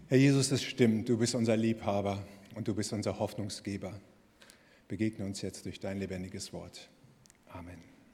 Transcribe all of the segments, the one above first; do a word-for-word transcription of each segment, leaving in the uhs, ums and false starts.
Herr Jesus, es stimmt, du bist unser Liebhaber und du bist unser Hoffnungsgeber. Begegne uns jetzt durch dein lebendiges Wort. Amen.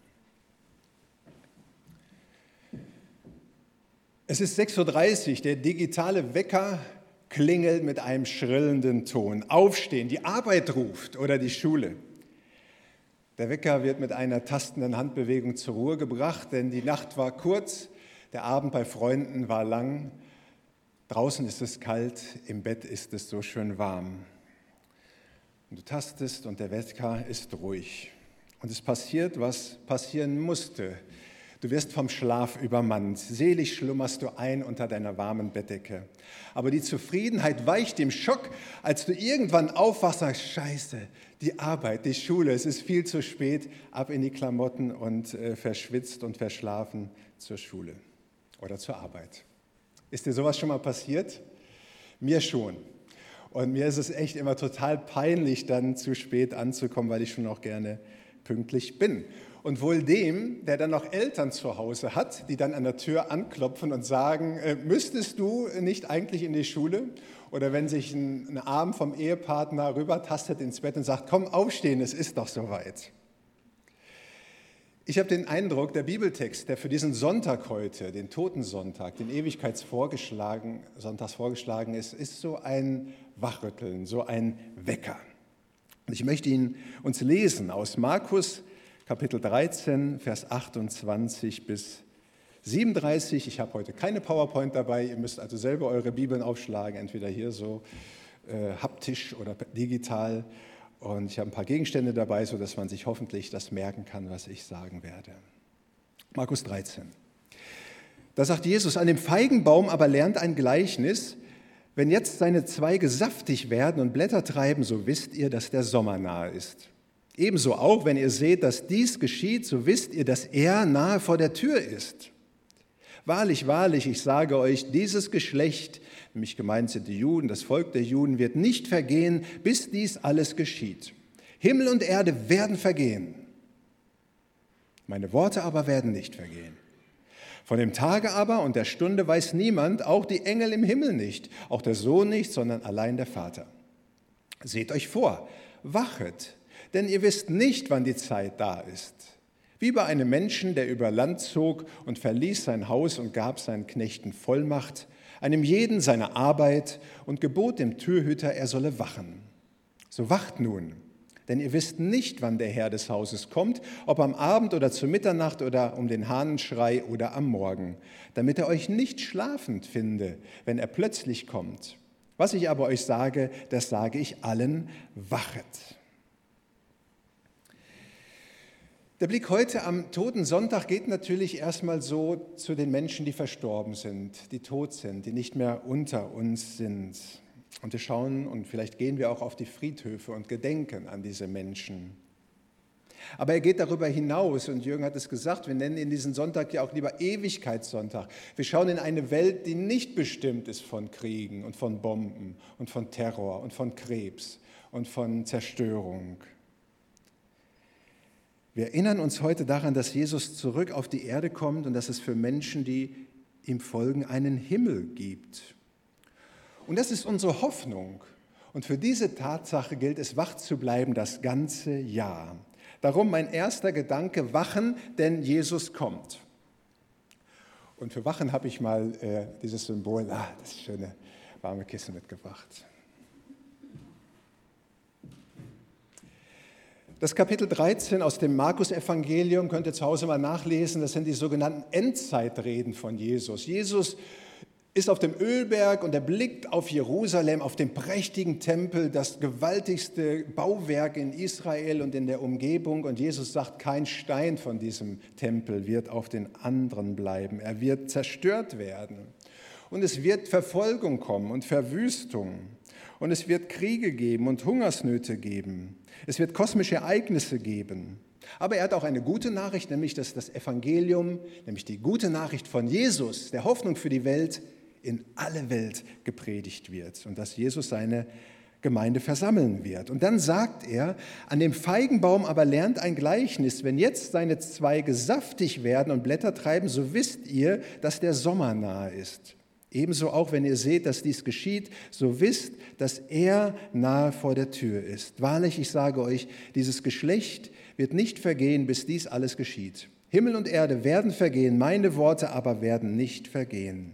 Es ist sechs Uhr dreißig, der digitale Wecker klingelt mit einem schrillenden Ton. Aufstehen, die Arbeit ruft oder die Schule. Der Wecker wird mit einer tastenden Handbewegung zur Ruhe gebracht, denn die Nacht war kurz, der Abend bei Freunden war lang. Draußen ist es kalt, im Bett ist es so schön warm. Und du tastest und der Wecker ist ruhig. Und es passiert, was passieren musste. Du wirst vom Schlaf übermannt. Selig schlummerst du ein unter deiner warmen Bettdecke. Aber die Zufriedenheit weicht dem Schock, als du irgendwann aufwachst und sagst, Scheiße, die Arbeit, die Schule, es ist viel zu spät, ab in die Klamotten und äh, verschwitzt und verschlafen zur Schule oder zur Arbeit. Ist dir sowas schon mal passiert? Mir schon. Und mir ist es echt immer total peinlich, dann zu spät anzukommen, weil ich schon auch gerne pünktlich bin. Und wohl dem, der dann noch Eltern zu Hause hat, die dann an der Tür anklopfen und sagen, äh, müsstest du nicht eigentlich in die Schule? Oder wenn sich ein, ein Arm vom Ehepartner rübertastet ins Bett und sagt, komm, aufstehen, es ist doch soweit. Ich habe den Eindruck, der Bibeltext, der für diesen Sonntag heute, den Totensonntag, den Ewigkeitsvorgeschlagen, Sonntags vorgeschlagen ist, ist so ein Wachrütteln, so ein Wecker. Und ich möchte ihn uns lesen aus Markus Kapitel dreizehn, Vers achtundzwanzig bis siebenunddreißig. Ich habe heute keine PowerPoint dabei, ihr müsst also selber eure Bibeln aufschlagen, entweder hier so äh, haptisch oder digital. Und ich habe ein paar Gegenstände dabei, sodass man sich hoffentlich das merken kann, was ich sagen werde. Markus dreizehn. Da sagt Jesus, an dem Feigenbaum aber lernt ein Gleichnis, wenn jetzt seine Zweige saftig werden und Blätter treiben, so wisst ihr, dass der Sommer nahe ist. Ebenso auch, wenn ihr seht, dass dies geschieht, so wisst ihr, dass er nahe vor der Tür ist. Wahrlich, wahrlich, ich sage euch, dieses Geschlecht, nämlich gemeint sind die Juden, das Volk der Juden, wird nicht vergehen, bis dies alles geschieht. Himmel und Erde werden vergehen. Meine Worte aber werden nicht vergehen. Von dem Tage aber und der Stunde weiß niemand, auch die Engel im Himmel nicht, auch der Sohn nicht, sondern allein der Vater. Seht euch vor, wachet, denn ihr wisst nicht, wann die Zeit da ist. Wie bei einem Menschen, der über Land zog und verließ sein Haus und gab seinen Knechten Vollmacht, einem jeden seine Arbeit und gebot dem Türhüter, er solle wachen. So wacht nun, denn ihr wisst nicht, wann der Herr des Hauses kommt, ob am Abend oder zur Mitternacht oder um den Hahnenschrei oder am Morgen, damit er euch nicht schlafend finde, wenn er plötzlich kommt. Was ich aber euch sage, das sage ich allen, wachet. Der Blick heute am Totensonntag geht natürlich erstmal so zu den Menschen, die verstorben sind, die tot sind, die nicht mehr unter uns sind. Und wir schauen und vielleicht gehen wir auch auf die Friedhöfe und gedenken an diese Menschen. Aber er geht darüber hinaus und Jürgen hat es gesagt, wir nennen ihn diesen Sonntag ja auch lieber Ewigkeitssonntag. Wir schauen in eine Welt, die nicht bestimmt ist von Kriegen und von Bomben und von Terror und von Krebs und von Zerstörung. Wir erinnern uns heute daran, dass Jesus zurück auf die Erde kommt und dass es für Menschen, die ihm folgen, einen Himmel gibt. Und das ist unsere Hoffnung. Und für diese Tatsache gilt es, wach zu bleiben das ganze Jahr. Darum mein erster Gedanke, wachen, denn Jesus kommt. Und für Wachen habe ich mal äh, dieses Symbol, ah, das schöne warme Kissen mitgebracht. Das Kapitel dreizehn aus dem Markus-Evangelium könnt ihr zu Hause mal nachlesen. Das sind die sogenannten Endzeitreden von Jesus. Jesus ist auf dem Ölberg und er blickt auf Jerusalem, auf den prächtigen Tempel, das gewaltigste Bauwerk in Israel und in der Umgebung. Und Jesus sagt, kein Stein von diesem Tempel wird auf den anderen bleiben. Er wird zerstört werden. Und es wird Verfolgung kommen und Verwüstung. Und es wird Kriege geben und Hungersnöte geben. Es wird kosmische Ereignisse geben. Aber er hat auch eine gute Nachricht, nämlich dass das Evangelium, nämlich die gute Nachricht von Jesus, der Hoffnung für die Welt, in alle Welt gepredigt wird und dass Jesus seine Gemeinde versammeln wird. Und dann sagt er, an dem Feigenbaum aber lernt ein Gleichnis, wenn jetzt seine Zweige saftig werden und Blätter treiben, so wisst ihr, dass der Sommer nahe ist. Ebenso auch, wenn ihr seht, dass dies geschieht, so wisst, dass er nahe vor der Tür ist. Wahrlich, ich sage euch, dieses Geschlecht wird nicht vergehen, bis dies alles geschieht. Himmel und Erde werden vergehen, meine Worte aber werden nicht vergehen.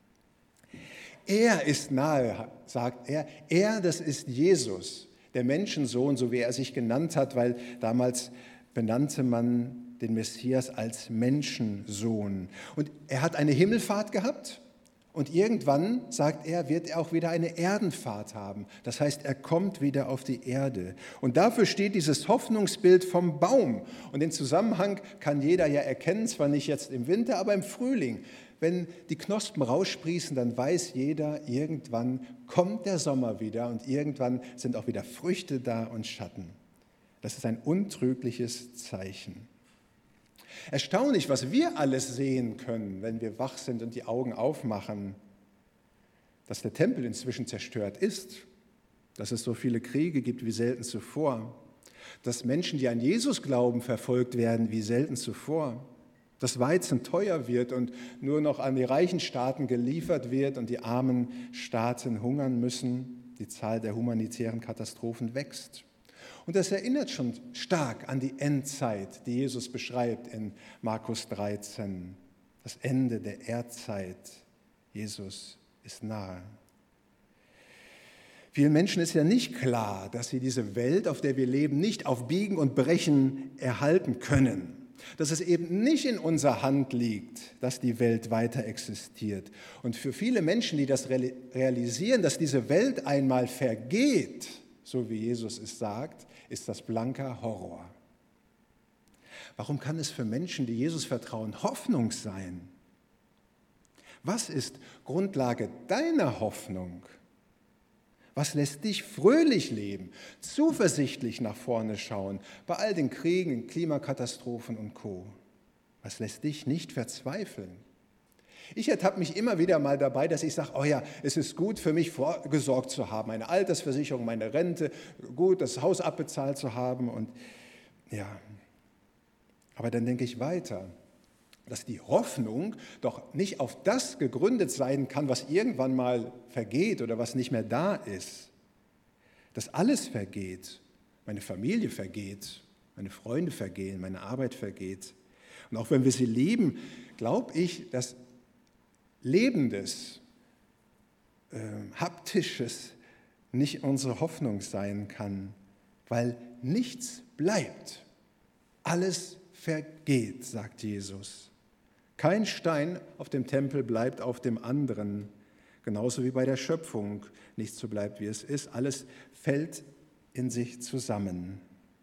Er ist nahe, sagt er. Er, das ist Jesus, der Menschensohn, so wie er sich genannt hat, weil damals benannte man den Messias als Menschensohn. Und er hat eine Himmelfahrt gehabt und irgendwann, sagt er, wird er auch wieder eine Erdenfahrt haben. Das heißt, er kommt wieder auf die Erde. Und dafür steht dieses Hoffnungsbild vom Baum. Und den Zusammenhang kann jeder ja erkennen, zwar nicht jetzt im Winter, aber im Frühling. Wenn die Knospen raussprießen, dann weiß jeder, irgendwann kommt der Sommer wieder und irgendwann sind auch wieder Früchte da und Schatten. Das ist ein untrügliches Zeichen. Erstaunlich, was wir alles sehen können, wenn wir wach sind und die Augen aufmachen, dass der Tempel inzwischen zerstört ist, dass es so viele Kriege gibt wie selten zuvor, dass Menschen, die an Jesus glauben, verfolgt werden wie selten zuvor, dass Weizen teuer wird und nur noch an die reichen Staaten geliefert wird und die armen Staaten hungern müssen, die Zahl der humanitären Katastrophen wächst. Und das erinnert schon stark an die Endzeit, die Jesus beschreibt in Markus dreizehn. Das Ende der Erdzeit. Jesus ist nahe. Vielen Menschen ist ja nicht klar, dass sie diese Welt, auf der wir leben, nicht auf Biegen und Brechen erhalten können. Dass es eben nicht in unserer Hand liegt, dass die Welt weiter existiert. Und für viele Menschen, die das realisieren, dass diese Welt einmal vergeht, so wie Jesus es sagt, ist das blanker Horror. Warum kann es für Menschen, die Jesus vertrauen, Hoffnung sein? Was ist Grundlage deiner Hoffnung? Was lässt dich fröhlich leben, zuversichtlich nach vorne schauen, bei all den Kriegen, Klimakatastrophen und Co.? Was lässt dich nicht verzweifeln? Ich ertappe mich immer wieder mal dabei, dass ich sage, oh ja, es ist gut für mich vorgesorgt zu haben, meine Altersversicherung, meine Rente, gut, das Haus abbezahlt zu haben. Und ja, aber dann denke ich weiter, dass die Hoffnung doch nicht auf das gegründet sein kann, was irgendwann mal vergeht oder was nicht mehr da ist. Dass alles vergeht, meine Familie vergeht, meine Freunde vergehen, meine Arbeit vergeht. Und auch wenn wir sie lieben, glaube ich, dass Lebendes, äh, Haptisches nicht unsere Hoffnung sein kann, weil nichts bleibt. Alles vergeht, sagt Jesus. Kein Stein auf dem Tempel bleibt auf dem anderen, genauso wie bei der Schöpfung nichts so bleibt, wie es ist. Alles fällt in sich zusammen.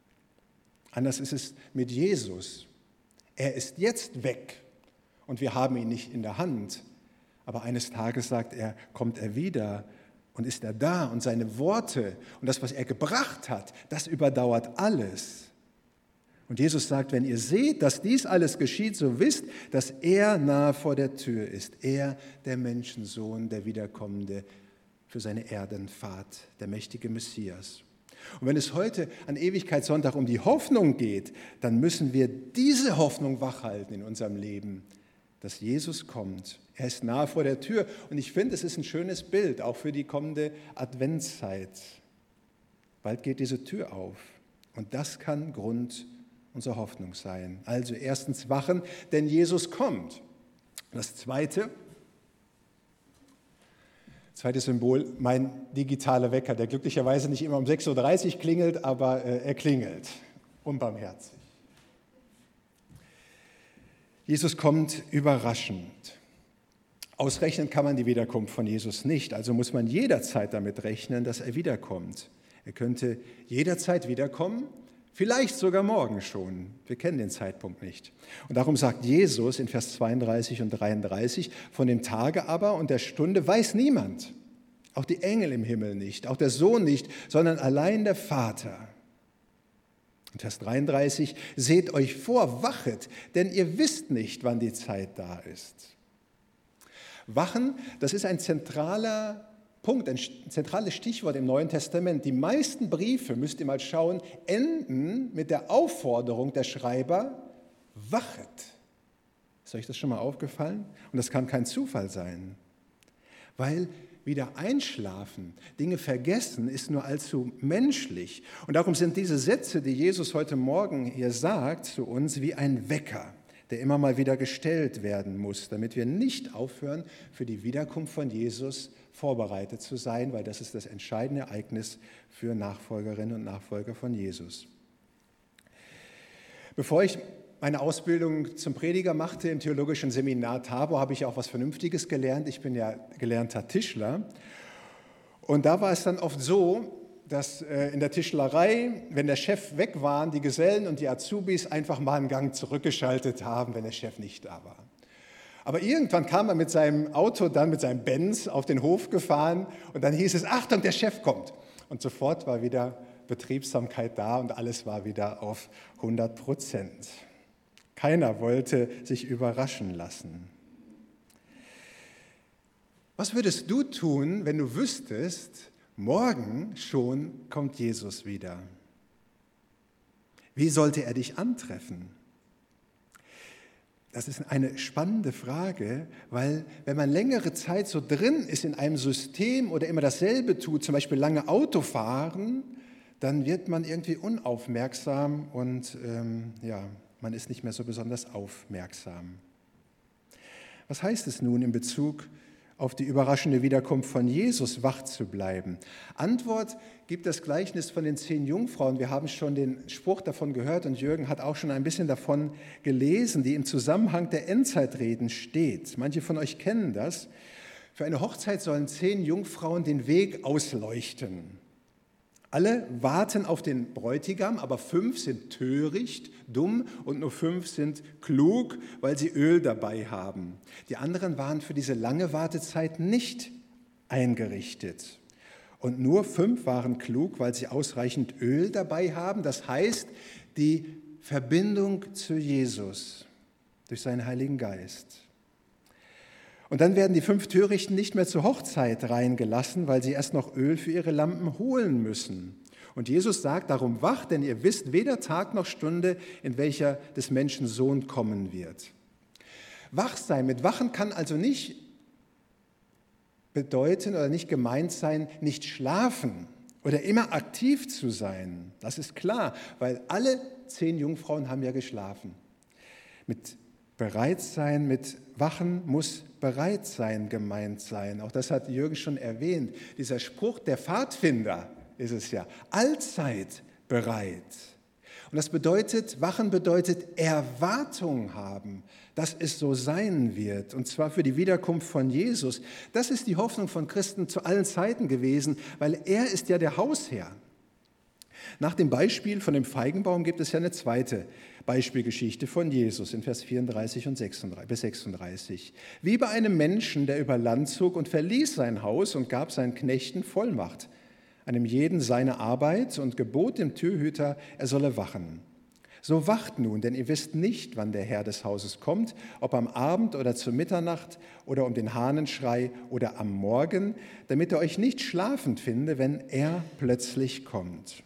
Anders ist es mit Jesus. Er ist jetzt weg und wir haben ihn nicht in der Hand. Aber eines Tages, sagt er, kommt er wieder und ist er da und seine Worte und das, was er gebracht hat, das überdauert alles. Und Jesus sagt, wenn ihr seht, dass dies alles geschieht, so wisst, dass er nahe vor der Tür ist. Er, der Menschensohn, der Wiederkommende für seine Erdenfahrt, der mächtige Messias. Und wenn es heute an Ewigkeitssonntag um die Hoffnung geht, dann müssen wir diese Hoffnung wachhalten in unserem Leben, dass Jesus kommt. Er ist nahe vor der Tür und ich finde, es ist ein schönes Bild, auch für die kommende Adventszeit. Bald geht diese Tür auf und das kann Grund unserer Hoffnung sein. Also erstens wachen, denn Jesus kommt. Das zweite, zweites Symbol, mein digitaler Wecker, der glücklicherweise nicht immer um sechs Uhr dreißig klingelt, aber äh, er klingelt, unbarmherzig. Jesus kommt überraschend. Ausrechnen kann man die Wiederkunft von Jesus nicht, also muss man jederzeit damit rechnen, dass er wiederkommt. Er könnte jederzeit wiederkommen, vielleicht sogar morgen schon. Wir kennen den Zeitpunkt nicht. Und darum sagt Jesus in Vers zweiunddreißig und dreiunddreißig, von dem Tage aber und der Stunde weiß niemand, auch die Engel im Himmel nicht, auch der Sohn nicht, sondern allein der Vater. Und Vers dreiunddreißig, seht euch vor, wachet, denn ihr wisst nicht, wann die Zeit da ist. Wachen, das ist ein zentraler Punkt, ein zentrales Stichwort im Neuen Testament. Die meisten Briefe, müsst ihr mal schauen, enden mit der Aufforderung der Schreiber, wachet. Ist euch das schon mal aufgefallen? Und das kann kein Zufall sein. Weil wieder einschlafen, Dinge vergessen, ist nur allzu menschlich. Und darum sind diese Sätze, die Jesus heute Morgen hier sagt zu uns, wie ein Wecker, der immer mal wieder gestellt werden muss, damit wir nicht aufhören, für die Wiederkunft von Jesus vorbereitet zu sein, weil das ist das entscheidende Ereignis für Nachfolgerinnen und Nachfolger von Jesus. Bevor ich meine Ausbildung zum Prediger machte im theologischen Seminar Tabor, habe ich auch was Vernünftiges gelernt. Ich bin ja gelernter Tischler. Und da war es dann oft so, dass in der Tischlerei, wenn der Chef weg war, die Gesellen und die Azubis einfach mal einen Gang zurückgeschaltet haben, wenn der Chef nicht da war. Aber irgendwann kam er mit seinem Auto, dann mit seinem Benz auf den Hof gefahren und dann hieß es, Achtung, der Chef kommt. Und sofort war wieder Betriebsamkeit da und alles war wieder auf hundert Prozent. Keiner wollte sich überraschen lassen. Was würdest du tun, wenn du wüsstest, morgen schon kommt Jesus wieder? Wie sollte er dich antreffen? Das ist eine spannende Frage, weil wenn man längere Zeit so drin ist in einem System oder immer dasselbe tut, zum Beispiel lange Auto fahren, dann wird man irgendwie unaufmerksam und ähm, ja, man ist nicht mehr so besonders aufmerksam. Was heißt es nun in Bezug auf die überraschende Wiederkunft von Jesus, wach zu bleiben? Antwort gibt das Gleichnis von den zehn Jungfrauen. Wir haben schon den Spruch davon gehört und Jürgen hat auch schon ein bisschen davon gelesen, die im Zusammenhang der Endzeitreden steht. Manche von euch kennen das. Für eine Hochzeit sollen zehn Jungfrauen den Weg ausleuchten. Alle warten auf den Bräutigam, aber fünf sind töricht, dumm und nur fünf sind klug, weil sie Öl dabei haben. Die anderen waren für diese lange Wartezeit nicht eingerichtet. Und nur fünf waren klug, weil sie ausreichend Öl dabei haben. Das heißt, die Verbindung zu Jesus durch seinen Heiligen Geist. Und dann werden die fünf Törichten nicht mehr zur Hochzeit reingelassen, weil sie erst noch Öl für ihre Lampen holen müssen. Und Jesus sagt, darum wacht, denn ihr wisst weder Tag noch Stunde, in welcher des Menschen Sohn kommen wird. Wach sein, mit Wachen kann also nicht bedeuten oder nicht gemeint sein, nicht schlafen oder immer aktiv zu sein. Das ist klar, weil alle zehn Jungfrauen haben ja geschlafen. Mit bereit sein, mit Wachen muss bereit sein gemeint sein. Auch das hat Jürgen schon erwähnt. Dieser Spruch der Pfadfinder ist es ja, allzeit bereit. Und das bedeutet, Wachen bedeutet Erwartung haben, dass es so sein wird, und zwar für die Wiederkunft von Jesus. Das ist die Hoffnung von Christen zu allen Zeiten gewesen, weil er ist ja der Hausherr. Nach dem Beispiel von dem Feigenbaum gibt es ja eine zweite Beispielgeschichte von Jesus in Vers vierunddreißig und sechsunddreißig bis sechsunddreißig. Wie bei einem Menschen, der über Land zog und verließ sein Haus und gab seinen Knechten Vollmacht, einem jeden seine Arbeit, und gebot dem Türhüter, er solle wachen. So wacht nun, denn ihr wisst nicht, wann der Herr des Hauses kommt, ob am Abend oder zur Mitternacht oder um den Hahnenschrei oder am Morgen, damit er euch nicht schlafend finde, wenn er plötzlich kommt.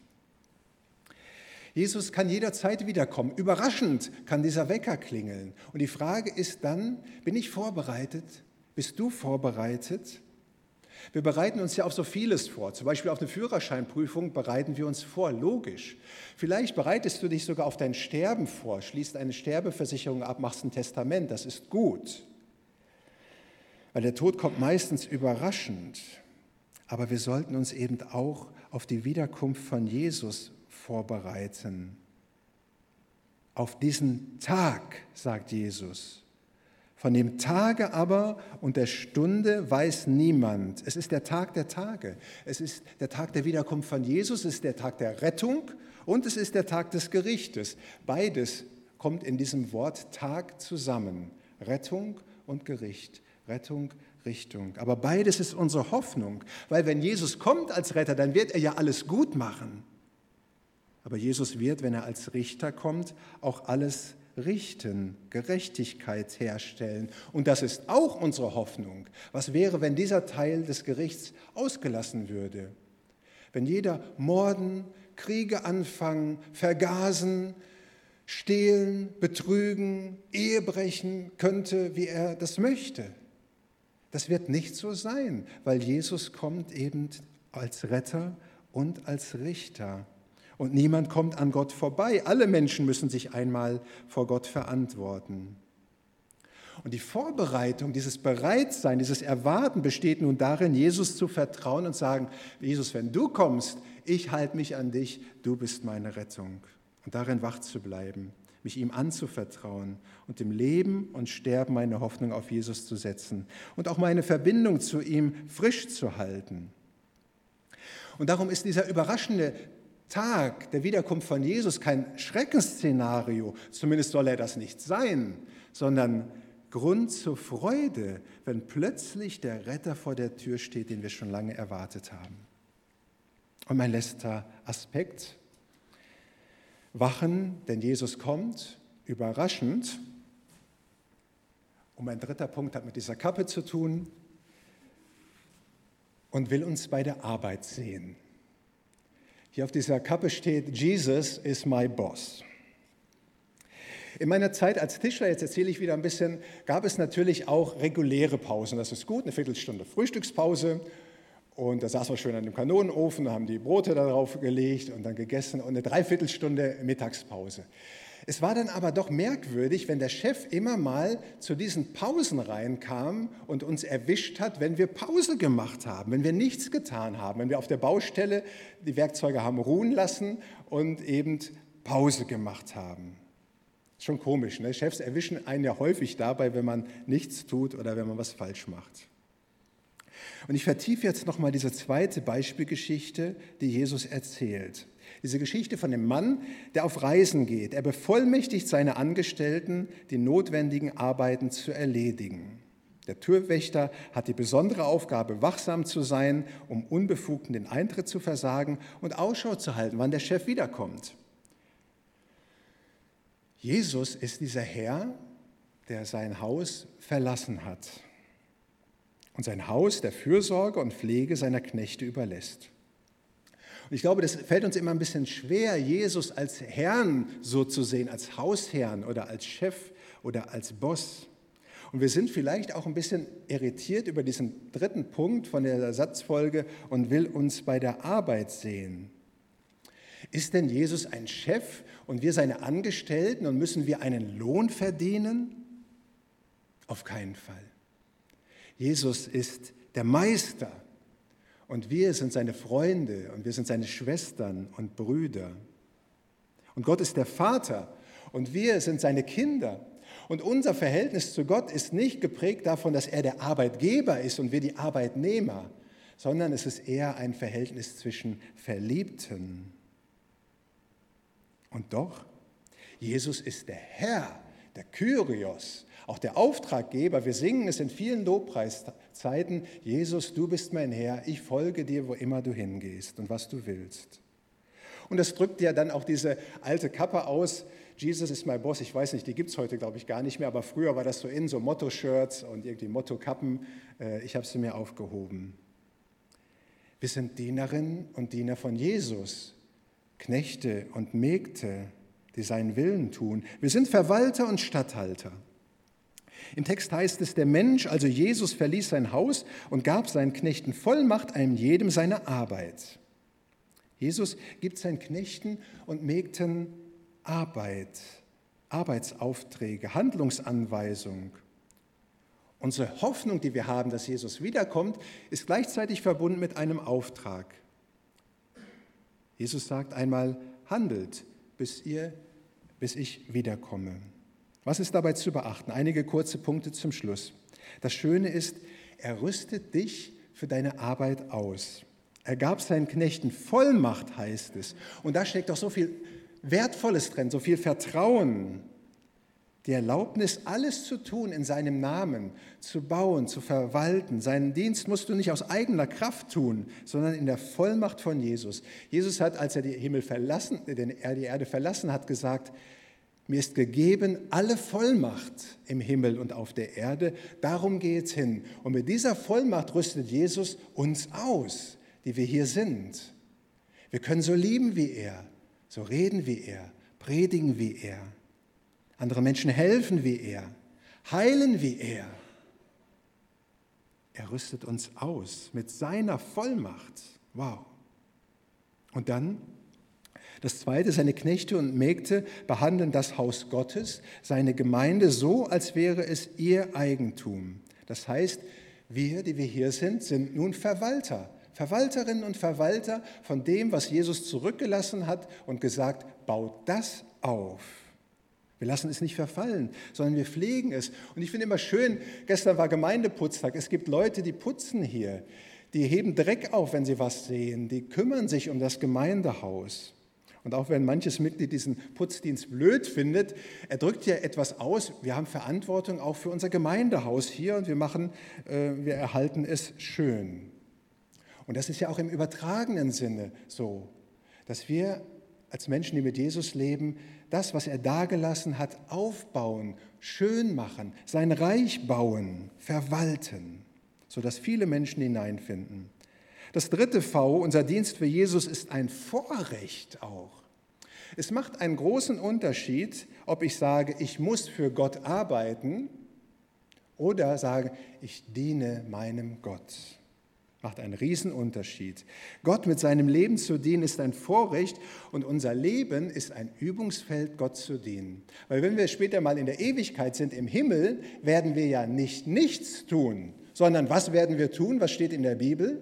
Jesus kann jederzeit wiederkommen. Überraschend kann dieser Wecker klingeln. Und die Frage ist dann, bin ich vorbereitet? Bist du vorbereitet? Wir bereiten uns ja auf so vieles vor. Zum Beispiel auf eine Führerscheinprüfung bereiten wir uns vor, logisch. Vielleicht bereitest du dich sogar auf dein Sterben vor, schließt eine Sterbeversicherung ab, machst ein Testament, das ist gut. Weil der Tod kommt meistens überraschend. Aber wir sollten uns eben auch auf die Wiederkunft von Jesus vorbereiten. Auf diesen Tag, sagt Jesus. Von dem Tage aber und der Stunde weiß niemand. Es ist der Tag der Tage. Es ist der Tag der Wiederkunft von Jesus, es ist der Tag der Rettung und es ist der Tag des Gerichtes. Beides kommt in diesem Wort Tag zusammen. Rettung und Gericht. Rettung, Richtung. Aber beides ist unsere Hoffnung, weil wenn Jesus kommt als Retter, dann wird er ja alles gut machen. Aber Jesus wird, wenn er als Richter kommt, auch alles richten, Gerechtigkeit herstellen. Und das ist auch unsere Hoffnung. Was wäre, wenn dieser Teil des Gerichts ausgelassen würde? Wenn jeder morden, Kriege anfangen, vergasen, stehlen, betrügen, Ehe brechen könnte, wie er das möchte. Das wird nicht so sein, weil Jesus kommt eben als Retter und als Richter. Und niemand kommt an Gott vorbei. Alle Menschen müssen sich einmal vor Gott verantworten. Und die Vorbereitung, dieses Bereitsein, dieses Erwarten besteht nun darin, Jesus zu vertrauen und sagen, Jesus, wenn du kommst, ich halte mich an dich, du bist meine Rettung. Und darin wach zu bleiben, mich ihm anzuvertrauen und im Leben und Sterben meine Hoffnung auf Jesus zu setzen und auch meine Verbindung zu ihm frisch zu halten. Und darum ist dieser überraschende Tag der Wiederkunft von Jesus kein Schreckensszenario, zumindest soll er das nicht sein, sondern Grund zur Freude, wenn plötzlich der Retter vor der Tür steht, den wir schon lange erwartet haben. Und mein letzter Aspekt: Wachen, denn Jesus kommt, überraschend. Und mein dritter Punkt hat mit dieser Kappe zu tun und will uns bei der Arbeit sehen. Hier auf dieser Kappe steht, Jesus is my boss. In meiner Zeit als Tischler, jetzt erzähle ich wieder ein bisschen, gab es natürlich auch reguläre Pausen. Das ist gut, eine Viertelstunde Frühstückspause. Und da saßen wir schön an dem Kanonenofen, haben die Brote darauf gelegt und dann gegessen und eine Dreiviertelstunde Mittagspause. Es war dann aber doch merkwürdig, wenn der Chef immer mal zu diesen Pausen reinkam und uns erwischt hat, wenn wir Pause gemacht haben, wenn wir nichts getan haben, wenn wir auf der Baustelle die Werkzeuge haben ruhen lassen und eben Pause gemacht haben. Schon komisch, ne? Chefs erwischen einen ja häufig dabei, wenn man nichts tut oder wenn man was falsch macht. Und ich vertiefe jetzt nochmal diese zweite Beispielgeschichte, die Jesus erzählt. Diese Geschichte von dem Mann, der auf Reisen geht. Er bevollmächtigt seine Angestellten, die notwendigen Arbeiten zu erledigen. Der Türwächter hat die besondere Aufgabe, wachsam zu sein, um Unbefugten den Eintritt zu versagen und Ausschau zu halten, wann der Chef wiederkommt. Jesus ist dieser Herr, der sein Haus verlassen hat und sein Haus der Fürsorge und Pflege seiner Knechte überlässt. Und ich glaube, das fällt uns immer ein bisschen schwer, Jesus als Herrn so zu sehen, als Hausherrn oder als Chef oder als Boss. Und wir sind vielleicht auch ein bisschen irritiert über diesen dritten Punkt von der Satzfolge und will uns bei der Arbeit sehen. Ist denn Jesus ein Chef und wir seine Angestellten und müssen wir einen Lohn verdienen? Auf keinen Fall. Jesus ist der Meister und wir sind seine Freunde und wir sind seine Schwestern und Brüder. Und Gott ist der Vater und wir sind seine Kinder. Und unser Verhältnis zu Gott ist nicht geprägt davon, dass er der Arbeitgeber ist und wir die Arbeitnehmer, sondern es ist eher ein Verhältnis zwischen Verliebten. Und doch, Jesus ist der Herr, der Kyrios, auch der Auftraggeber. Wir singen es in vielen Lobpreiszeiten, Jesus, du bist mein Herr, ich folge dir, wo immer du hingehst und was du willst. Und das drückt ja dann auch diese alte Kappe aus, Jesus is my boss, ich weiß nicht, die gibt es heute, glaube ich, gar nicht mehr, aber früher war das so in, so Motto-Shirts und irgendwie Motto-Kappen, ich habe sie mir aufgehoben. Wir sind Dienerinnen und Diener von Jesus, Knechte und Mägde, die seinen Willen tun. Wir sind Verwalter und Statthalter. Im Text heißt es, der Mensch, also Jesus, verließ sein Haus und gab seinen Knechten Vollmacht, einem jedem seine Arbeit. Jesus gibt seinen Knechten und Mägden Arbeit, Arbeitsaufträge, Handlungsanweisung. Unsere Hoffnung, die wir haben, dass Jesus wiederkommt, ist gleichzeitig verbunden mit einem Auftrag. Jesus sagt einmal, handelt, bis, ihr, bis ich wiederkomme. Was ist dabei zu beachten? Einige kurze Punkte zum Schluss. Das Schöne ist, er rüstet dich für deine Arbeit aus. Er gab seinen Knechten Vollmacht, heißt es. Und da steckt doch so viel Wertvolles drin, so viel Vertrauen. Die Erlaubnis, alles zu tun in seinem Namen, zu bauen, zu verwalten. Seinen Dienst musst du nicht aus eigener Kraft tun, sondern in der Vollmacht von Jesus. Jesus hat, als er die Himmel verlassen, er die Erde verlassen hat, gesagt, mir ist gegeben alle Vollmacht im Himmel und auf der Erde, darum geht's hin. Und mit dieser Vollmacht rüstet Jesus uns aus, die wir hier sind. Wir können so lieben wie er, so reden wie er, predigen wie er. Andere Menschen helfen wie er, heilen wie er. Er rüstet uns aus mit seiner Vollmacht. Wow. Und dann, das Zweite, seine Knechte und Mägde behandeln das Haus Gottes, seine Gemeinde so, als wäre es ihr Eigentum. Das heißt, wir, die wir hier sind, sind nun Verwalter. Verwalterinnen und Verwalter von dem, was Jesus zurückgelassen hat und gesagt, baut das auf. Wir lassen es nicht verfallen, sondern wir pflegen es. Und ich finde immer schön, gestern war Gemeindeputztag, es gibt Leute, die putzen hier, die heben Dreck auf, wenn sie was sehen, die kümmern sich um das Gemeindehaus. Und auch wenn manches Mitglied diesen Putzdienst blöd findet, er drückt ja etwas aus, wir haben Verantwortung auch für unser Gemeindehaus hier und wir machen, äh, wir erhalten es schön. Und das ist ja auch im übertragenen Sinne so, dass wir als Menschen, die mit Jesus leben, das, was er dagelassen hat, aufbauen, schön machen, sein Reich bauen, verwalten, sodass viele Menschen hineinfinden. Das dritte V, unser Dienst für Jesus, ist ein Vorrecht auch. Es macht einen großen Unterschied, ob ich sage, ich muss für Gott arbeiten oder sage, ich diene meinem Gott. Macht einen Riesenunterschied. Gott mit seinem Leben zu dienen ist ein Vorrecht und unser Leben ist ein Übungsfeld, Gott zu dienen. Weil wenn wir später mal in der Ewigkeit sind, im Himmel, werden wir ja nicht nichts tun, sondern was werden wir tun? Was steht in der Bibel?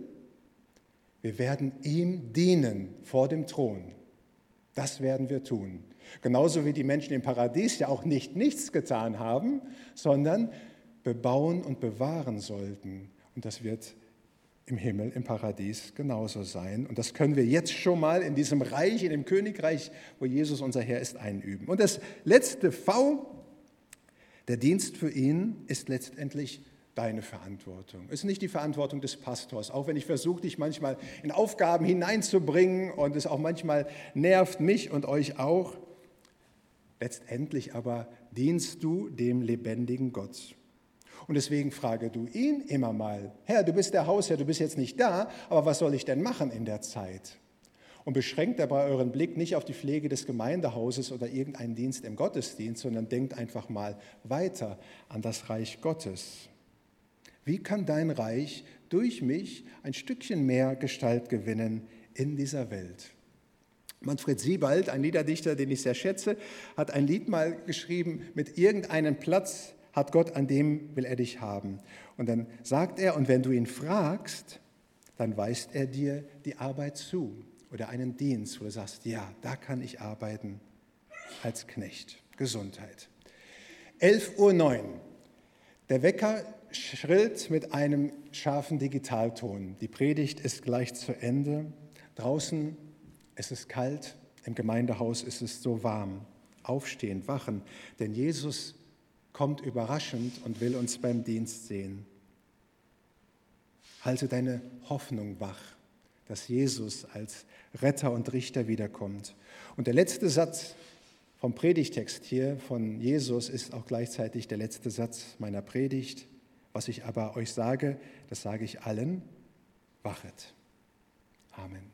Wir werden ihm dienen vor dem Thron. Das werden wir tun. Genauso wie die Menschen im Paradies ja auch nicht nichts getan haben, sondern bebauen und bewahren sollten. Und das wird im Himmel, im Paradies genauso sein. Und das können wir jetzt schon mal in diesem Reich, in dem Königreich, wo Jesus unser Herr ist, einüben. Und das letzte V, der Dienst für ihn, ist letztendlich deine Verantwortung. Es ist nicht die Verantwortung des Pastors, auch wenn ich versuche, dich manchmal in Aufgaben hineinzubringen und es auch manchmal nervt mich und euch auch. Letztendlich aber dienst du dem lebendigen Gott. Und deswegen frage du ihn immer mal, Herr, du bist der Hausherr, du bist jetzt nicht da, aber was soll ich denn machen in der Zeit? Und beschränkt dabei euren Blick nicht auf die Pflege des Gemeindehauses oder irgendeinen Dienst im Gottesdienst, sondern denkt einfach mal weiter an das Reich Gottes. Wie kann dein Reich durch mich ein Stückchen mehr Gestalt gewinnen in dieser Welt? Manfred Siebald, ein Liederdichter, den ich sehr schätze, hat ein Lied mal geschrieben, mit irgendeinem Platz hat Gott, an dem will er dich haben. Und dann sagt er, und wenn du ihn fragst, dann weist er dir die Arbeit zu oder einen Dienst, wo du sagst, ja, da kann ich arbeiten als Knecht. Gesundheit. elf Uhr neun. Der Wecker schrillt mit einem scharfen Digitalton. Die Predigt ist gleich zu Ende. Draußen ist es kalt, im Gemeindehaus ist es so warm. Aufstehen, wachen, denn Jesus kommt überraschend und will uns beim Dienst sehen. Halte deine Hoffnung wach, dass Jesus als Retter und Richter wiederkommt. Und der letzte Satz vom Predigtext hier von Jesus ist auch gleichzeitig der letzte Satz meiner Predigt. Was ich aber euch sage, das sage ich allen, wachet. Amen.